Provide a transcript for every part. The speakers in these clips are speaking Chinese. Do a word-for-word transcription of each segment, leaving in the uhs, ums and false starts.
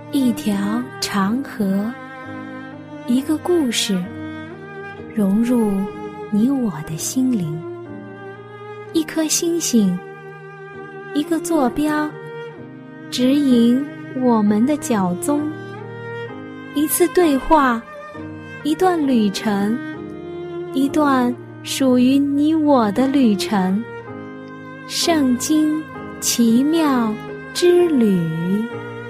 一条长河，一个故事，融入你我的心灵。一颗星星，一个坐标，指引我们的脚踪。一次对话，一段旅程，一段属于你我的旅程。圣经奇妙之旅。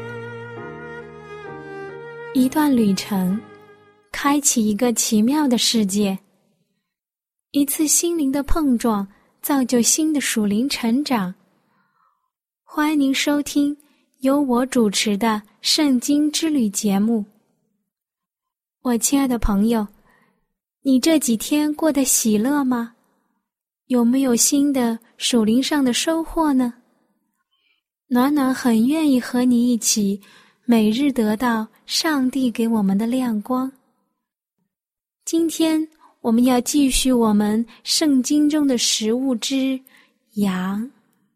一段旅程，开启一个奇妙的世界。一次心灵的碰撞，造就新的属灵成长。欢迎您收听由我主持的圣经之旅节目。我亲爱的朋友，你这几天过得喜乐吗？有没有新的属灵上的收获呢？暖暖很愿意和你一起每日得到上帝给我们的亮光。今天我们要继续我们圣经中的食物之羊。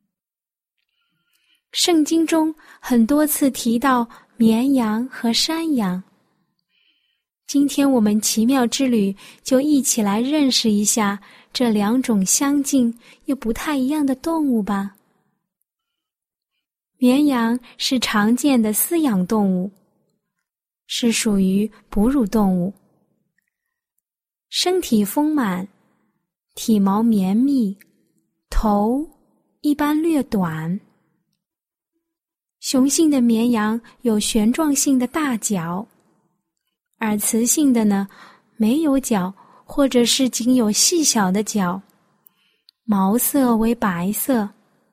圣经中很多次提到绵羊和山羊。今天我们奇妙之旅就一起来认识一下这两种相近又不太一样的动物吧。绵羊是常见的饲养动物，是属于哺乳动物，身体丰满，体毛绵密，头一般略短。雄性的绵羊有旋状性的大角，而雌性的呢，没有角，或者是仅有细小的角，毛色为白色。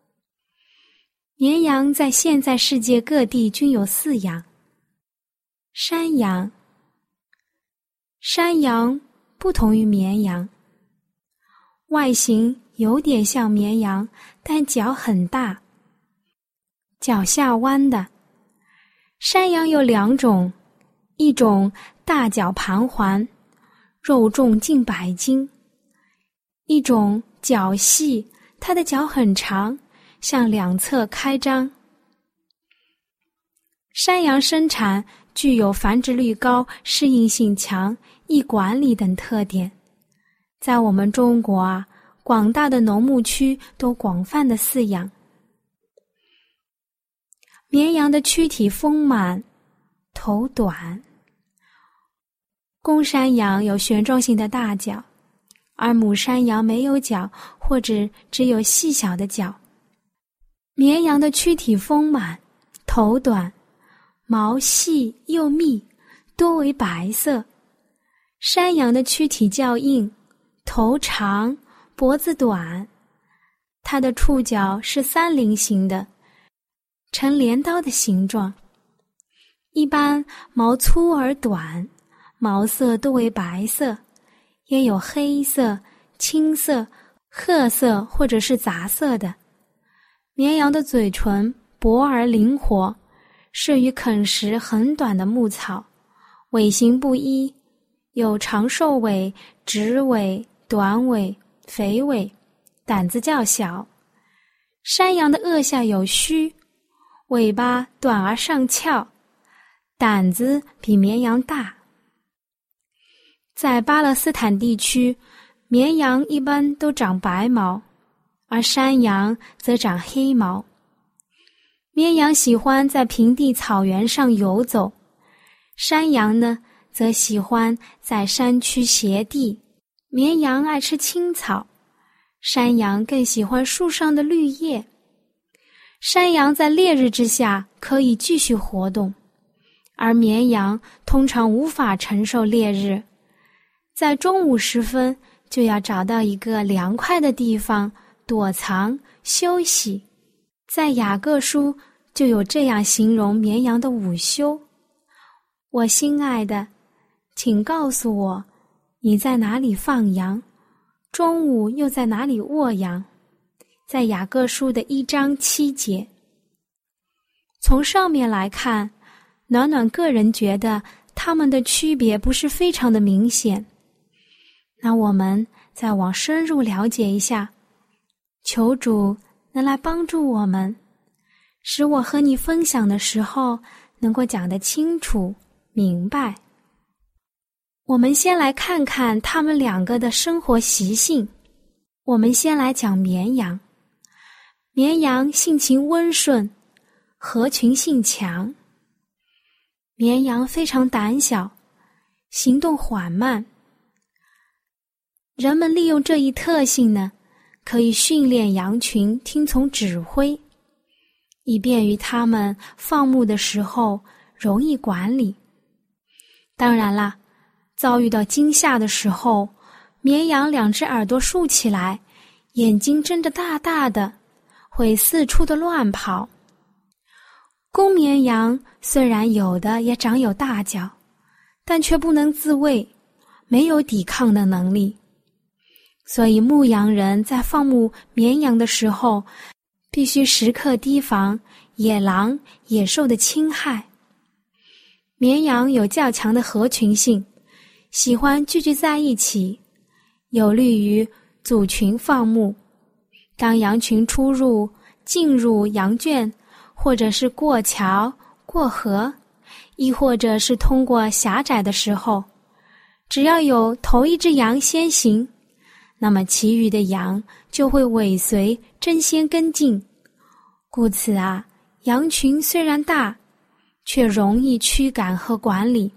绵羊在现在世界各地均有饲养。山羊，山羊不同于绵羊，外形有点像绵羊，但脚很大，脚下弯的。山羊有两种，一种大脚盘环，肉重近百斤；一种脚细，它的脚很长，向两侧开张。山羊生产具有繁殖率高、适应性强、易管理等特点。在我们中国啊，广大的农牧区都广泛的饲养。绵羊的躯体丰满，头短。公山羊有旋状性的大角，而母山羊没有角，或者只有细小的角。绵羊的躯体丰满，头短，毛细又密，多为白色。山羊的躯体较硬，头长，脖子短。它的触角是三棱形的，呈镰刀的形状。一般毛粗而短，毛色多为白色，也有黑色、青色、褐色或者是杂色的。绵羊的嘴唇薄而灵活，适于啃食很短的牧草，尾形不一，有长瘦尾、直尾、短尾、肥尾，胆子较小。山羊的颚下有须，尾巴短而上翘，胆子比绵羊大。在巴勒斯坦地区，绵羊一般都长白毛，而山羊则长黑毛。绵羊喜欢在平地草原上游走，山羊呢，则喜欢在山区斜地。绵羊爱吃青草，山羊更喜欢树上的绿叶。山羊在烈日之下可以继续活动，而绵羊通常无法承受烈日，在中午时分就要找到一个凉快的地方躲藏休息。在雅各书就有这样形容绵羊的午休：我心爱的，请告诉我，你在哪里放羊？中午又在哪里卧羊？在雅各书的一章七节。从上面来看，暖暖个人觉得它们的区别不是非常的明显。那我们再往深入了解一下，求主能来帮助我们，使我和你分享的时候能够讲得清楚明白。我们先来看看它们两个的生活习性。我们先来讲绵羊。绵羊性情温顺，合群性强。绵羊非常胆小，行动缓慢。人们利用这一特性呢，可以训练羊群听从指挥，以便于它们放牧的时候容易管理。当然啦，遭遇到惊吓的时候，绵羊两只耳朵竖起来，眼睛睁得大大的，会四处的乱跑。公绵羊虽然有的也长有大角，但却不能自卫，没有抵抗的能力。所以牧羊人在放牧绵羊的时候，必须时刻提防野狼、野兽的侵害。绵羊有较强的合群性，喜欢聚集在一起，有利于组群放牧。当羊群出入、进入羊圈，或者是过桥、过河，亦或者是通过狭窄的时候，只要有头一只羊先行，那么其余的羊就会尾随争先跟进。故此啊，羊群虽然大，却容易驱赶和管理。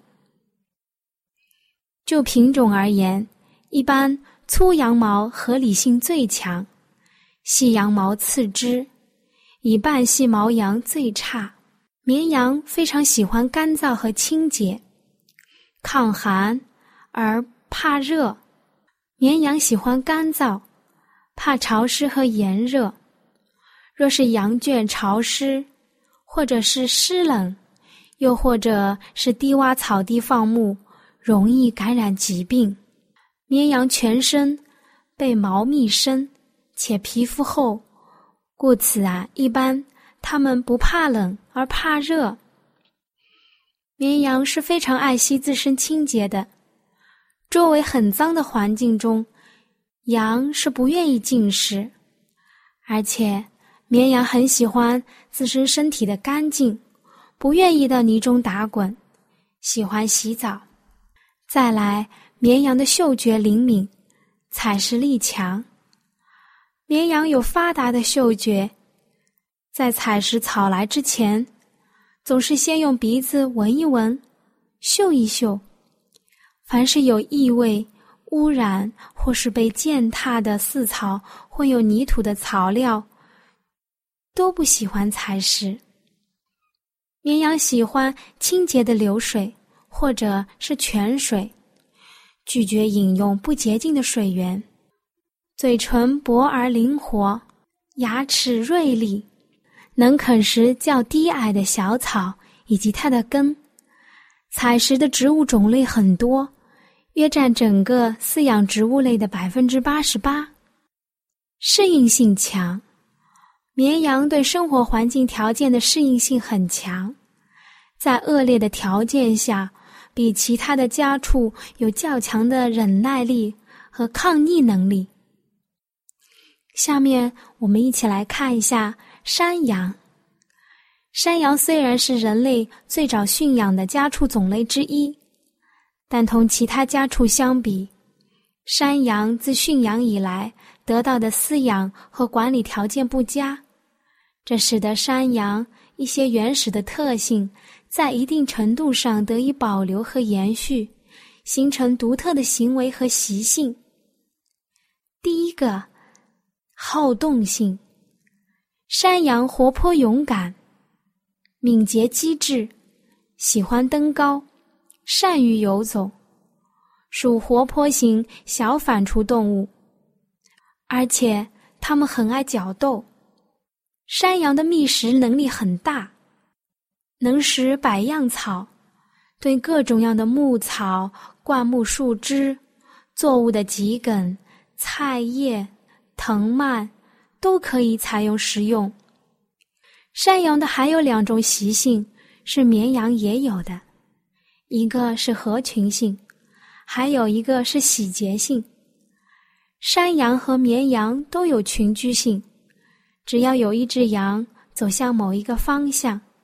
就品种而言，一般粗羊毛合理性最强，细羊毛次之，以半细毛羊最差。绵羊非常喜欢干燥和清洁，抗寒而怕热。绵羊喜欢干燥，怕潮湿和炎热。若是羊圈潮湿，或者是湿冷，又或者是低洼草地放牧，容易感染疾病。绵羊全身被毛密深，且皮肤厚，故此啊，一般它们不怕冷而怕热。绵羊是非常爱惜自身清洁的，周围很脏的环境中，羊是不愿意进食，而且绵羊很喜欢自身身体的干净，不愿意到泥中打滚，喜欢洗澡。再来，绵羊的嗅觉灵敏，采食力强。绵羊有发达的嗅觉，在采食草来之前，总是先用鼻子闻一闻，嗅一嗅。凡是有异味、污染或是被践踏的饲草，混有泥土的草料，都不喜欢采食。绵羊喜欢清洁的流水，或者是泉水，拒绝饮用不洁净的水源。嘴唇薄而灵活，牙齿锐利，能啃食较低矮的小草以及它的根。采食的植物种类很多，约占整个饲养植物类的 百分之八十八。 适应性强，绵羊对生活环境条件的适应性很强，在恶劣的条件下，比其他的家畜有较强的忍耐力和抗逆能力。下面我们一起来看一下山羊。山羊虽然是人类最早驯养的家畜种类之一，但同其他家畜相比，山羊自驯养以来得到的饲养和管理条件不佳，这使得山羊一些原始的特性在一定程度上得以保留和延续，形成独特的行为和习性。第一个，好动性。山羊活泼勇敢，敏捷机智，喜欢登高，善于游走，属活泼型小反刍动物，而且它们很爱角斗。山羊的觅食能力很大，能食百样草，对各种样的牧草、灌木树枝、作物的秸秆、菜叶、藤蔓都可以采用食用。山羊的还有两种习性是绵羊也有的，一个是合群性，还有一个是喜结性。山羊和绵羊都有群居性，只要有一只羊走向某一个方向，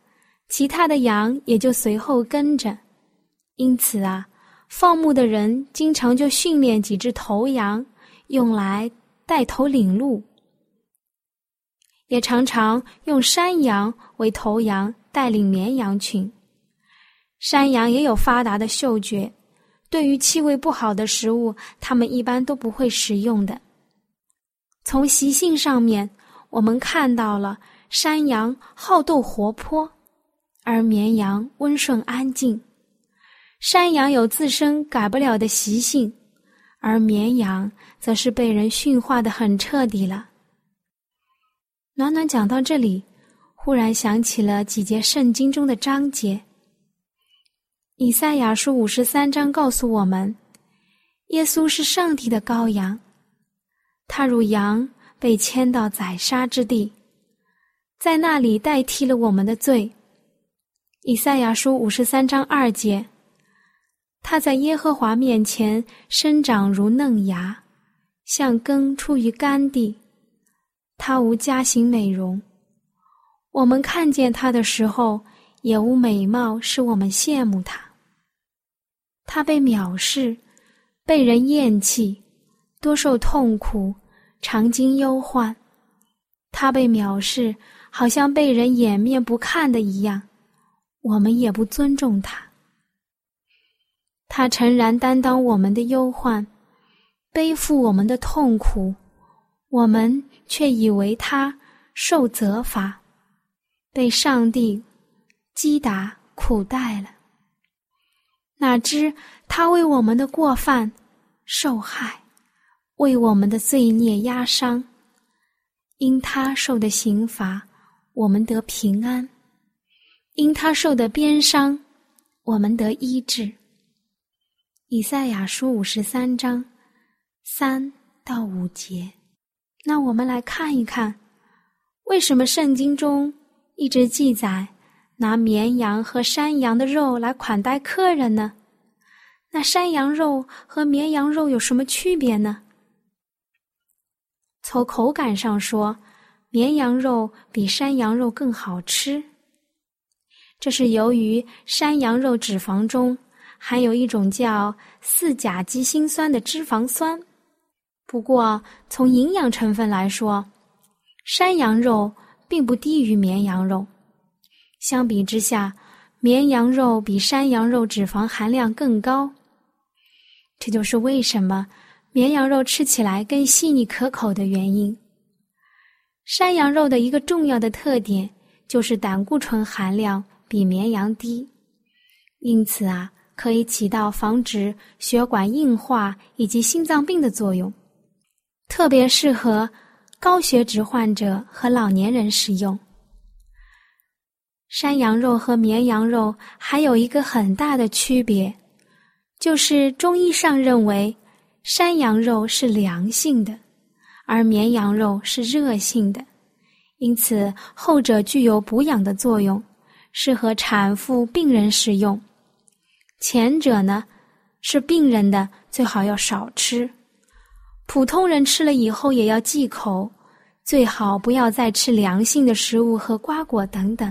其他的羊也就随后跟着。因此啊，放牧的人经常就训练几只头羊，用来带头领路，也常常用山羊为头羊带领绵羊群。山羊也有发达的嗅觉，对于气味不好的食物，它们一般都不会食用的。从习性上面，我们看到了山羊好斗活泼，而绵羊温顺安静。山羊有自身改不了的习性，而绵羊则是被人驯化得很彻底了。暖暖讲到这里，忽然想起了几节圣经中的章节。以赛亚书五十三章告诉我们，耶稣是上帝的羔羊，他如羊被牵到宰杀之地，在那里代替了我们的罪。以赛亚书五十三章二节，他在耶和华面前生长如嫩芽，像根出于干地，他无佳形美容。我们看见他的时候，也无美貌使我们羡慕他。他被藐视，被人厌弃，多受痛苦，常经忧患。他被藐视，好像被人掩面不看的一样，我们也不尊重他。他诚然担当我们的忧患，背负我们的痛苦，我们却以为他受责罚，被上帝击打苦待了。哪知他为我们的过犯受害，为我们的罪孽压伤。因他受的刑罚，我们得平安；因他受的鞭伤，我们得医治。以赛亚书五十三章三到五节。那我们来看一看，为什么圣经中一直记载拿绵羊和山羊的肉来款待客人呢？那山羊肉和绵羊肉有什么区别呢？从口感上说，绵羊肉比山羊肉更好吃。这是由于山羊肉脂肪中含有一种叫四甲基辛酸的脂肪酸。不过从营养成分来说，山羊肉并不低于绵羊肉。相比之下，绵羊肉比山羊肉脂肪含量更高。这就是为什么绵羊肉吃起来更细腻可口的原因。山羊肉的一个重要的特点就是胆固醇含量比绵羊低，因此啊，可以起到防止血管硬化以及心脏病的作用，特别适合高血脂患者和老年人食用。山羊肉和绵羊肉还有一个很大的区别，就是中医上认为山羊肉是凉性的，而绵羊肉是热性的，因此后者具有补养的作用，适合产妇、病人食用。前者呢，是病人的最好要少吃，普通人吃了以后也要忌口，最好不要再吃凉性的食物和瓜果等等。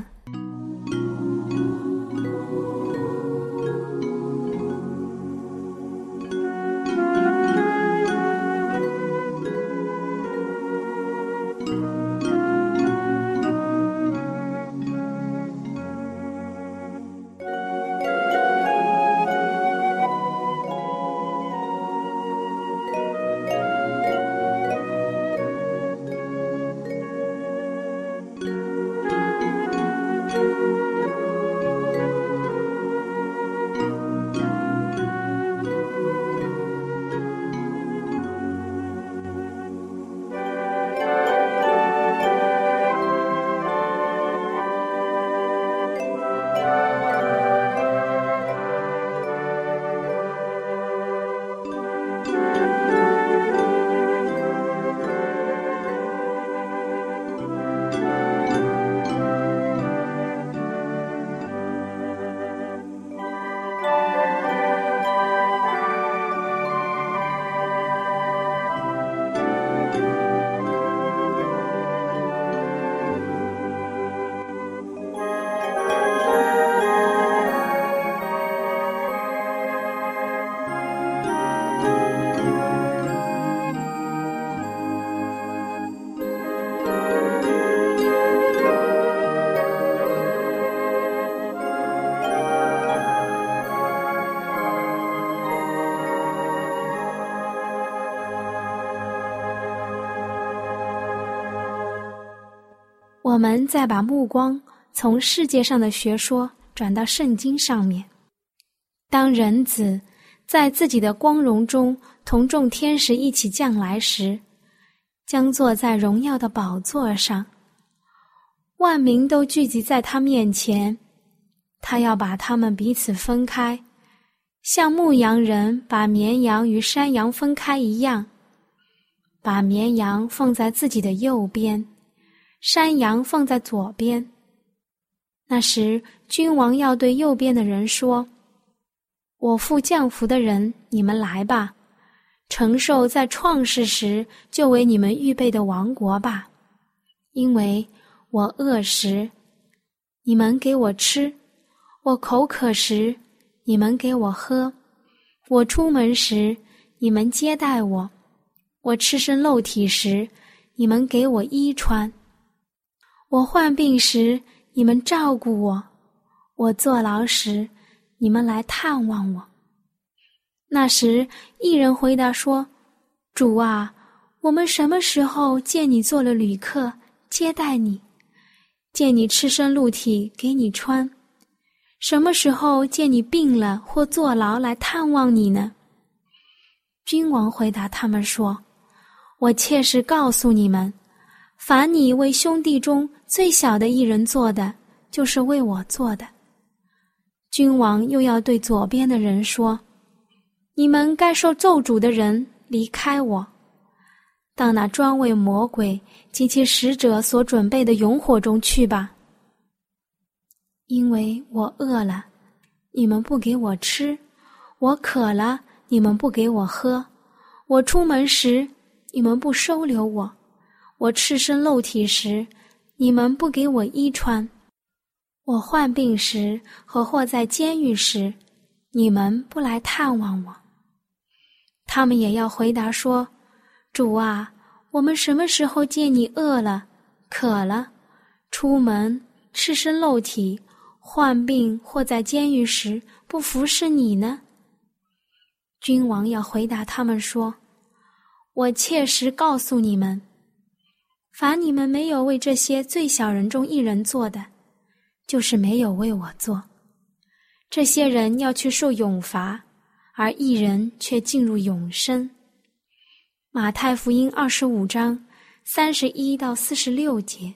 我们再把目光从世界上的学说转到圣经上面。当人子在自己的光荣中同众天使一起降来时，将坐在荣耀的宝座上，万民都聚集在他面前，他要把他们彼此分开，像牧羊人把绵羊与山羊分开一样，把绵羊放在自己的右边，山羊放在左边。那时君王要对右边的人说，我父降福的人，你们来吧，承受在创世时就为你们预备的王国吧。因为我饿时，你们给我吃；我口渴时，你们给我喝；我出门时，你们接待我；我赤身露体时，你们给我衣穿；我患病时，你们照顾我；我坐牢时，你们来探望我。那时一人回答说，主啊，我们什么时候见你做了旅客，接待你，见你赤身露体给你穿？什么时候见你病了或坐牢来探望你呢？君王回答他们说，我切实告诉你们，凡你为兄弟中最小的一人做的，就是为我做的。君王又要对左边的人说，你们该受咒诅的人，离开我，到那专为魔鬼及其使者所准备的永火中去吧。因为我饿了，你们不给我吃；我渴了，你们不给我喝；我出门时，你们不收留我；我赤身露体时，你们不给我衣穿；我患病时和或在监狱时，你们不来探望我。他们也要回答说，主啊，我们什么时候见你饿了、渴了、出门、赤身露体、患病或在监狱时不服侍你呢？君王要回答他们说，我切实告诉你们，凡你们没有为这些最小人中一人做的，就是没有为我做。这些人要去受永罚，而一人却进入永生。马太福音二十五章三十一到四十六节。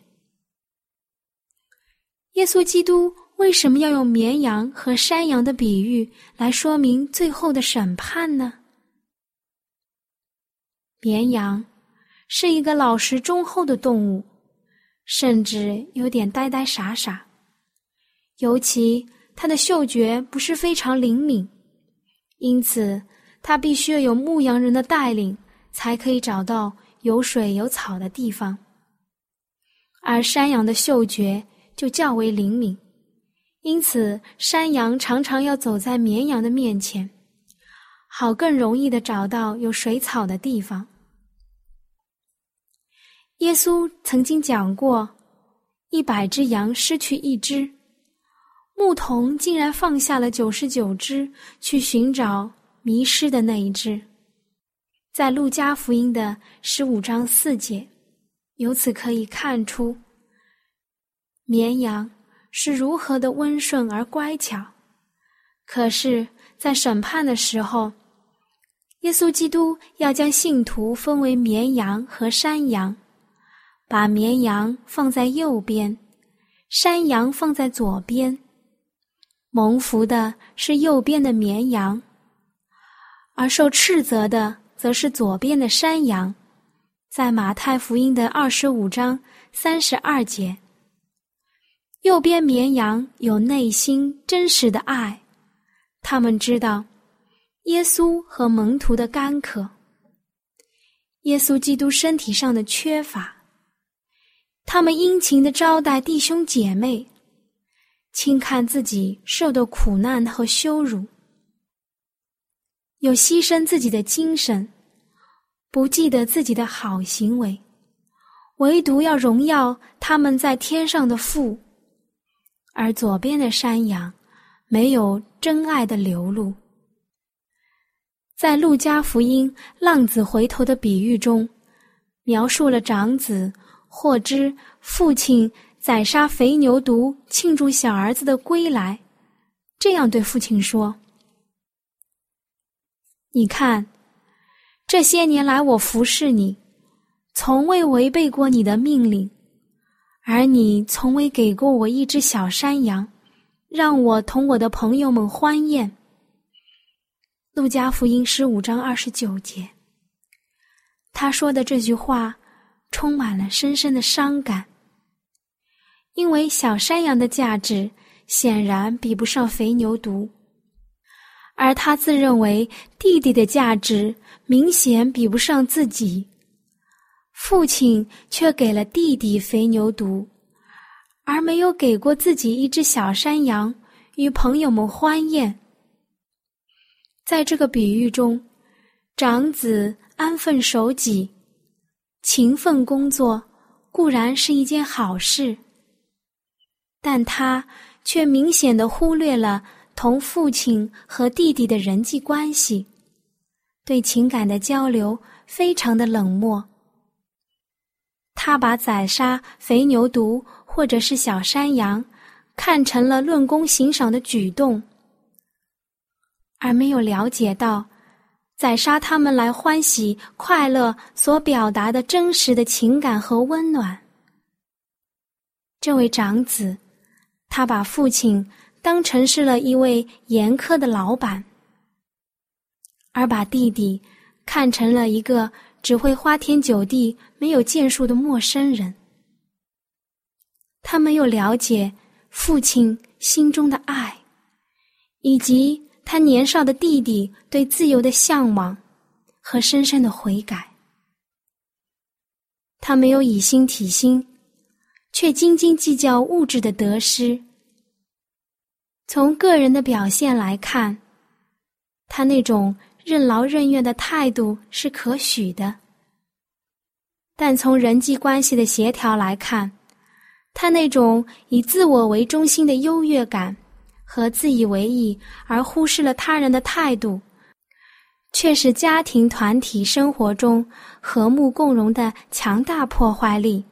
耶稣基督为什么要用绵羊和山羊的比喻来说明最后的审判呢？绵羊是一个老实忠厚的动物，甚至有点呆呆傻傻，尤其它的嗅觉不是非常灵敏，因此它必须要有牧羊人的带领，才可以找到有水有草的地方。而山羊的嗅觉就较为灵敏，因此山羊常常要走在绵羊的面前，好更容易地找到有水草的地方。耶稣曾经讲过，一百只羊失去一只，牧童竟然放下了九十九只，去寻找迷失的那一只。在路加福音的十五章四节，由此可以看出，绵羊是如何的温顺而乖巧。可是在审判的时候，耶稣基督要将信徒分为绵羊和山羊，把绵羊放在右边，山羊放在左边。蒙福的是右边的绵羊，而受斥责的则是左边的山羊。在马太福音的二十五章三十二节，右边绵羊有内心真实的爱，他们知道耶稣和门徒的干渴，耶稣基督身体上的缺乏，他们殷勤地招待弟兄姐妹，轻看自己受的苦难和羞辱，有牺牲自己的精神，不记得自己的好行为，唯独要荣耀他们在天上的父。而左边的山羊没有真爱的流露。在路加福音浪子回头的比喻中，描述了长子获知父亲宰杀肥牛犊，庆祝小儿子的归来，这样对父亲说：你看，这些年来我服侍你，从未违背过你的命令，而你从未给过我一只小山羊，让我同我的朋友们欢宴。路加福音十五章二十九节，他说的这句话充满了深深的伤感，因为小山羊的价值显然比不上肥牛犊，而他自认为弟弟的价值明显比不上自己，父亲却给了弟弟肥牛犊，而没有给过自己一只小山羊与朋友们欢宴。在这个比喻中，长子安分守己、勤奋工作固然是一件好事，但他却明显地忽略了同父亲和弟弟的人际关系，对情感的交流非常的冷漠。他把宰杀肥牛犊或者是小山羊看成了论功行赏的举动，而没有了解到宰杀他们来欢喜快乐所表达的真实的情感和温暖。这位长子，他把父亲当成是了一位严苛的老板，而把弟弟看成了一个只会花天酒地、没有建树的陌生人。他没有了解父亲心中的爱，以及他年少的弟弟对自由的向往和深深的悔改。他没有以心体心，却斤斤计较物质的得失。从个人的表现来看，他那种任劳任怨的态度是可许的，但从人际关系的协调来看，他那种以自我为中心的优越感和自以为意而忽视了他人的态度，却是家庭团体生活中和睦共荣的强大破坏力。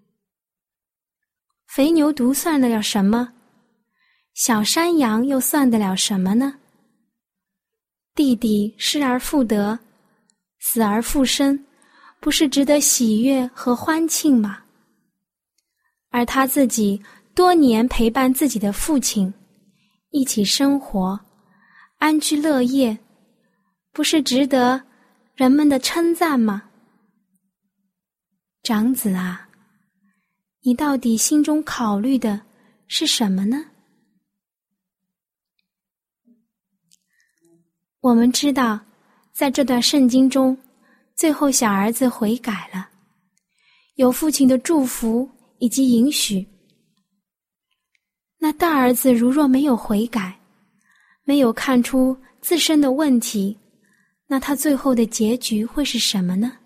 肥牛犊算得了什么？小山羊又算得了什么呢？弟弟失而复得，死而复生，不是值得喜悦和欢庆吗？而他自己多年陪伴自己的父亲，一起生活，安居乐业，不是值得人们的称赞吗？长子啊，你到底心中考虑的是什么呢？我们知道，在这段圣经中，最后小儿子悔改了，有父亲的祝福以及允许。那大儿子如若没有悔改，没有看出自身的问题，那他最后的结局会是什么呢？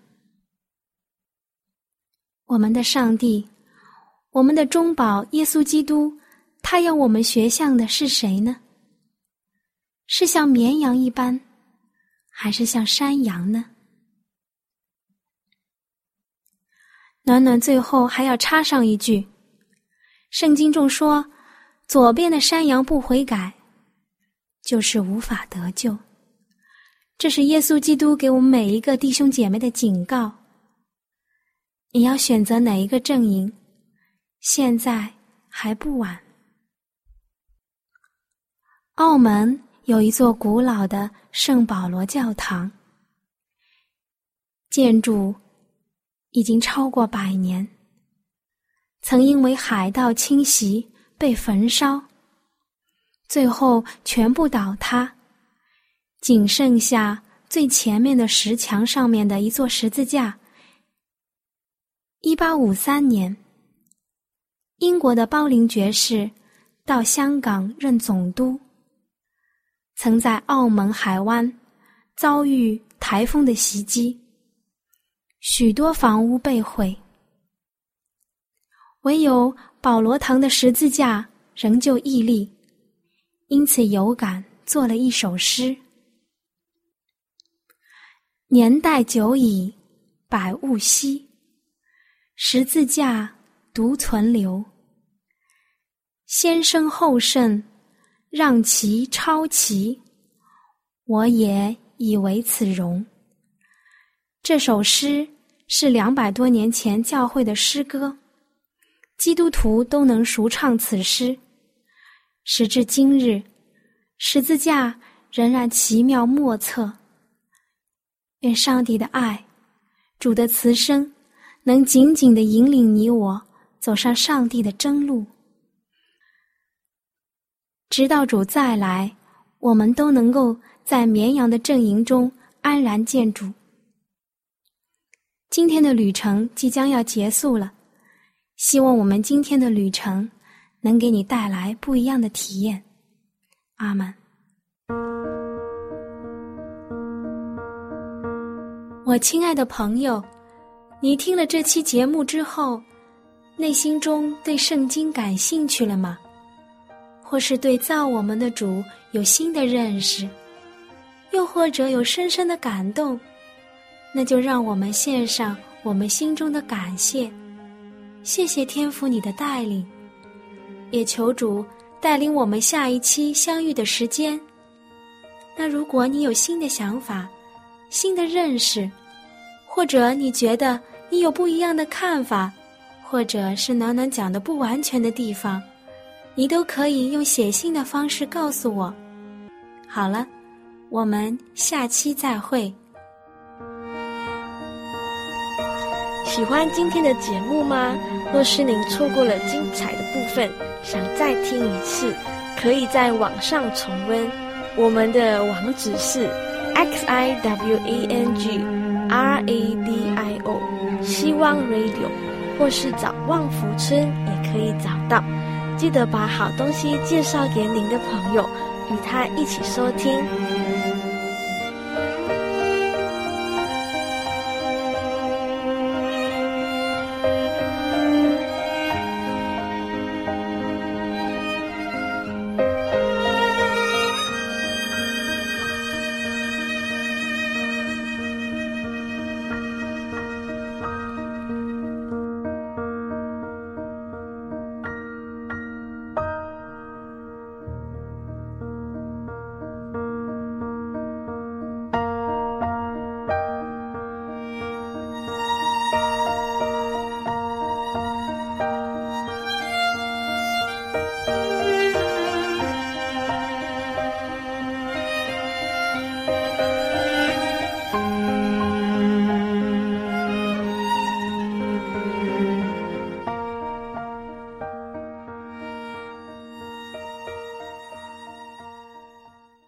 我们的上帝，我们的中保耶稣基督，他要我们学像的是谁呢？是像绵羊一般，还是像山羊呢？暖暖最后还要插上一句，圣经中说，左边的山羊不悔改，就是无法得救。这是耶稣基督给我们每一个弟兄姐妹的警告。你要选择哪一个阵营，现在还不晚。澳门有一座古老的圣保罗教堂，建筑已经超过百年，曾因为海盗侵袭被焚烧，最后全部倒塌，仅剩下最前面的石墙上面的一座十字架。一八五三年，英国的包林爵士到香港任总督，曾在澳门海湾遭遇台风的袭击，许多房屋被毁，唯有保罗堂的十字架仍旧屹立，因此有感作了一首诗：年代久矣，百物稀，十字架独存留。 先生后圣，让其超其，我也以为此容。这首诗是两百多年前教会的诗歌，基督徒都能熟唱此诗。时至今日，十字架仍然奇妙莫测。愿上帝的爱，主的慈声，能紧紧地引领你我走上上帝的真路。直到主再来，我们都能够在绵羊的阵营中安然见主。今天的旅程即将要结束了，希望我们今天的旅程能给你带来不一样的体验。阿们。我亲爱的朋友，你听了这期节目之后，内心中对圣经感兴趣了吗？或是对造我们的主有新的认识，又或者有深深的感动，那就让我们献上我们心中的感谢。谢谢天父你的带领，也求主带领我们下一期相遇的时间。那如果你有新的想法，新的认识，或者你觉得你有不一样的看法，或者是暖暖讲的不完全的地方，你都可以用写信的方式告诉我。好了，我们下期再会。 喜欢今天的节目吗？若是您错过了精彩的部分，想再听一次，可以在网上重温。我们的网址是 x i w a n g r a d i o 希望 radio， 或是找旺福村也可以找到。记得把好东西介绍给您的朋友，与他一起收听。